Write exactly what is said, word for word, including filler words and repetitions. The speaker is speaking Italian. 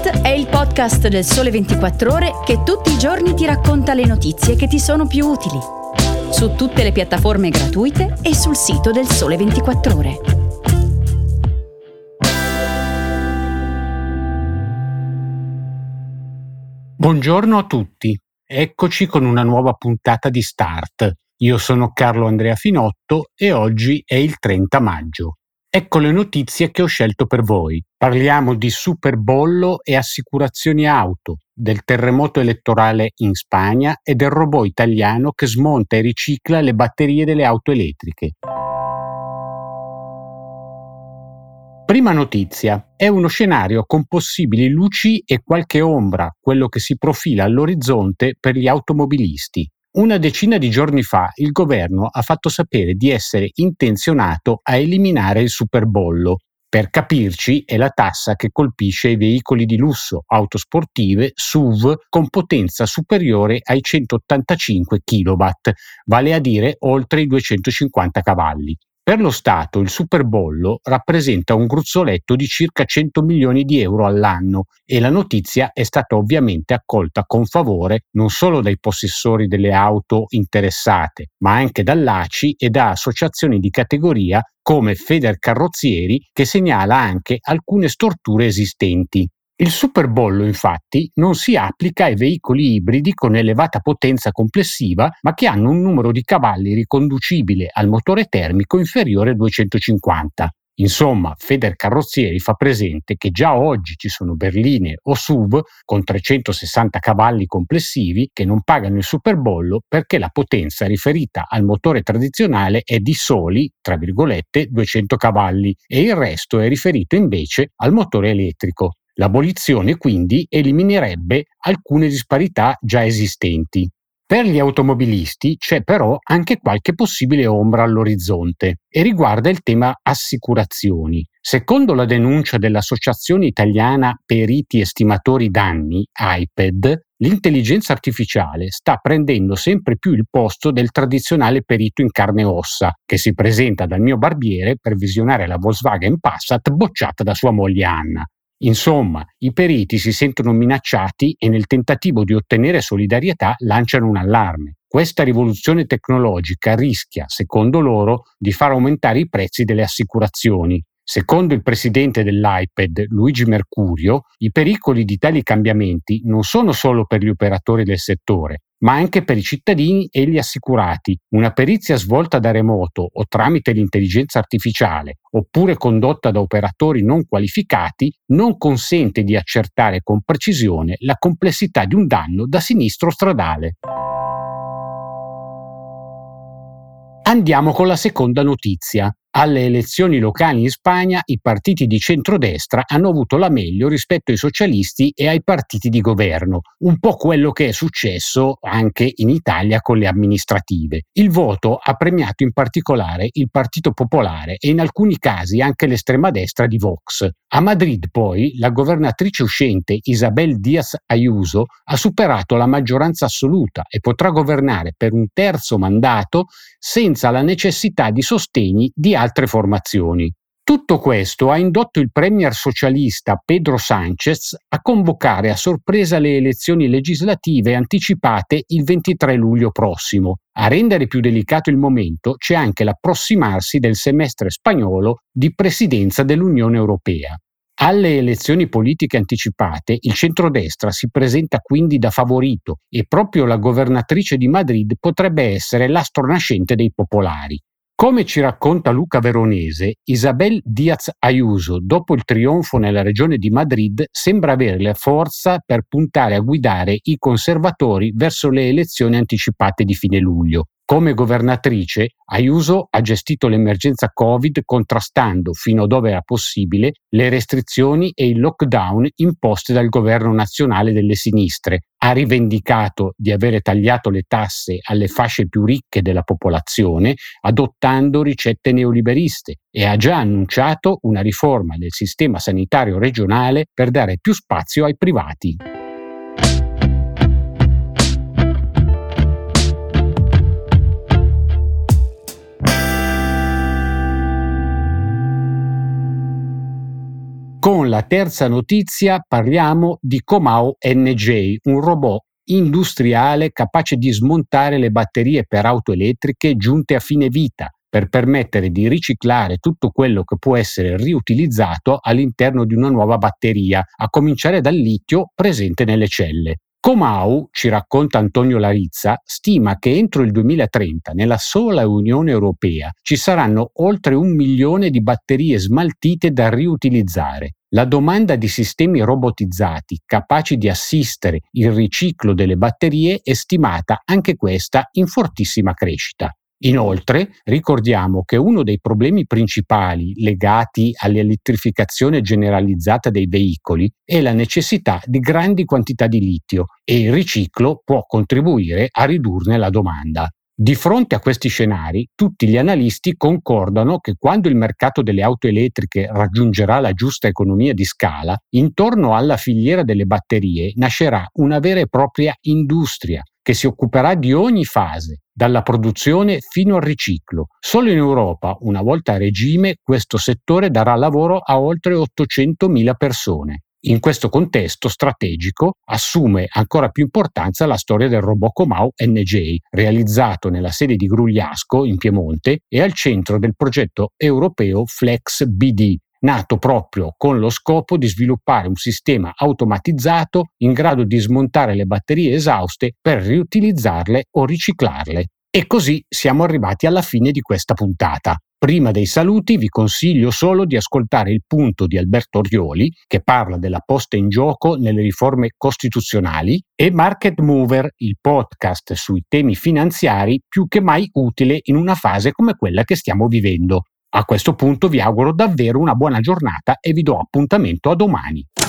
Update è il podcast del Sole ventiquattro Ore che tutti i giorni ti racconta le notizie che ti sono più utili. Su tutte le piattaforme gratuite e sul sito del Sole ventiquattro Ore. Buongiorno a tutti, eccoci con una nuova puntata di Start. Io sono Carlo Andrea Finotto e oggi è il trenta maggio. Ecco le notizie che ho scelto per voi. Parliamo di superbollo e assicurazioni auto, del terremoto elettorale in Spagna e del robot italiano che smonta e ricicla le batterie delle auto elettriche. Prima notizia. È uno scenario con possibili luci e qualche ombra, quello che si profila all'orizzonte per gli automobilisti. Una decina di giorni fa il governo ha fatto sapere di essere intenzionato a eliminare il superbollo. Per capirci, è la tassa che colpisce i veicoli di lusso, auto sportive, S U V con potenza superiore ai centottantacinque chilowatt, vale a dire oltre i duecentocinquanta cavalli. Per lo Stato il superbollo rappresenta un gruzzoletto di circa cento milioni di euro all'anno e la notizia è stata ovviamente accolta con favore non solo dai possessori delle auto interessate, ma anche dall'A C I e da associazioni di categoria come Federcarrozzieri, che segnala anche alcune storture esistenti. Il superbollo, infatti, non si applica ai veicoli ibridi con elevata potenza complessiva, ma che hanno un numero di cavalli riconducibile al motore termico inferiore a duecentocinquanta. Insomma, Federcarrozzieri fa presente che già oggi ci sono berline o S U V con trecentosessanta cavalli complessivi che non pagano il superbollo perché la potenza riferita al motore tradizionale è di soli, tra virgolette, duecento cavalli e il resto è riferito invece al motore elettrico. L'abolizione quindi eliminerebbe alcune disparità già esistenti. Per gli automobilisti c'è però anche qualche possibile ombra all'orizzonte e riguarda il tema assicurazioni. Secondo la denuncia dell'Associazione Italiana Periti Estimatori Danni, A I P E D, l'intelligenza artificiale sta prendendo sempre più il posto del tradizionale perito in carne e ossa, che si presenta dal mio barbiere per visionare la Volkswagen Passat bocciata da sua moglie Anna. Insomma, i periti si sentono minacciati e nel tentativo di ottenere solidarietà lanciano un allarme. Questa rivoluzione tecnologica rischia, secondo loro, di far aumentare i prezzi delle assicurazioni. Secondo il presidente dell'A I P E D, Luigi Mercurio, i pericoli di tali cambiamenti non sono solo per gli operatori del settore, ma anche per i cittadini e gli assicurati. Una perizia svolta da remoto o tramite l'intelligenza artificiale, oppure condotta da operatori non qualificati, non consente di accertare con precisione la complessità di un danno da sinistro stradale. Andiamo con la seconda notizia. Alle elezioni locali in Spagna i partiti di centrodestra hanno avuto la meglio rispetto ai socialisti e ai partiti di governo, un po' quello che è successo anche in Italia con le amministrative. Il voto ha premiato in particolare il Partito Popolare e in alcuni casi anche l'estrema destra di Vox. A Madrid poi la governatrice uscente Isabel Díaz Ayuso ha superato la maggioranza assoluta e potrà governare per un terzo mandato senza la necessità di sostegni di altre formazioni. Tutto questo ha indotto il premier socialista Pedro Sánchez a convocare a sorpresa le elezioni legislative anticipate il ventitré luglio prossimo. A rendere più delicato il momento c'è anche l'approssimarsi del semestre spagnolo di presidenza dell'Unione Europea. Alle elezioni politiche anticipate il centrodestra si presenta quindi da favorito e proprio la governatrice di Madrid potrebbe essere l'astro nascente dei popolari. Come ci racconta Luca Veronese, Isabel Díaz Ayuso, dopo il trionfo nella regione di Madrid, sembra avere la forza per puntare a guidare i conservatori verso le elezioni anticipate di fine luglio. Come governatrice, Ayuso ha gestito l'emergenza Covid contrastando, fino a dove era possibile, le restrizioni e il lockdown imposte dal governo nazionale delle sinistre. Ha rivendicato di avere tagliato le tasse alle fasce più ricche della popolazione, adottando ricette neoliberiste, e ha già annunciato una riforma del sistema sanitario regionale per dare più spazio ai privati. Con la terza notizia parliamo di Comau N J, un robot industriale capace di smontare le batterie per auto elettriche giunte a fine vita, per permettere di riciclare tutto quello che può essere riutilizzato all'interno di una nuova batteria, a cominciare dal litio presente nelle celle. Comau, ci racconta Antonio Larizza, stima che entro il duemilatrenta nella sola Unione Europea ci saranno oltre un milione di batterie smaltite da riutilizzare. La domanda di sistemi robotizzati capaci di assistere il riciclo delle batterie è stimata anche questa in fortissima crescita. Inoltre, ricordiamo che uno dei problemi principali legati all'elettrificazione generalizzata dei veicoli è la necessità di grandi quantità di litio e il riciclo può contribuire a ridurne la domanda. Di fronte a questi scenari, tutti gli analisti concordano che quando il mercato delle auto elettriche raggiungerà la giusta economia di scala, intorno alla filiera delle batterie nascerà una vera e propria industria che si occuperà di ogni fase, dalla produzione fino al riciclo. Solo in Europa, una volta a regime, questo settore darà lavoro a oltre ottocentomila persone. In questo contesto strategico assume ancora più importanza la storia del robot Comau N J, realizzato nella sede di Grugliasco, in Piemonte, e al centro del progetto europeo Flex B D, nato proprio con lo scopo di sviluppare un sistema automatizzato in grado di smontare le batterie esauste per riutilizzarle o riciclarle. E così siamo arrivati alla fine di questa puntata. Prima dei saluti vi consiglio solo di ascoltare il punto di Alberto Orioli, che parla della posta in gioco nelle riforme costituzionali, e Market Mover, il podcast sui temi finanziari più che mai utile in una fase come quella che stiamo vivendo. A questo punto vi auguro davvero una buona giornata e vi do appuntamento a domani.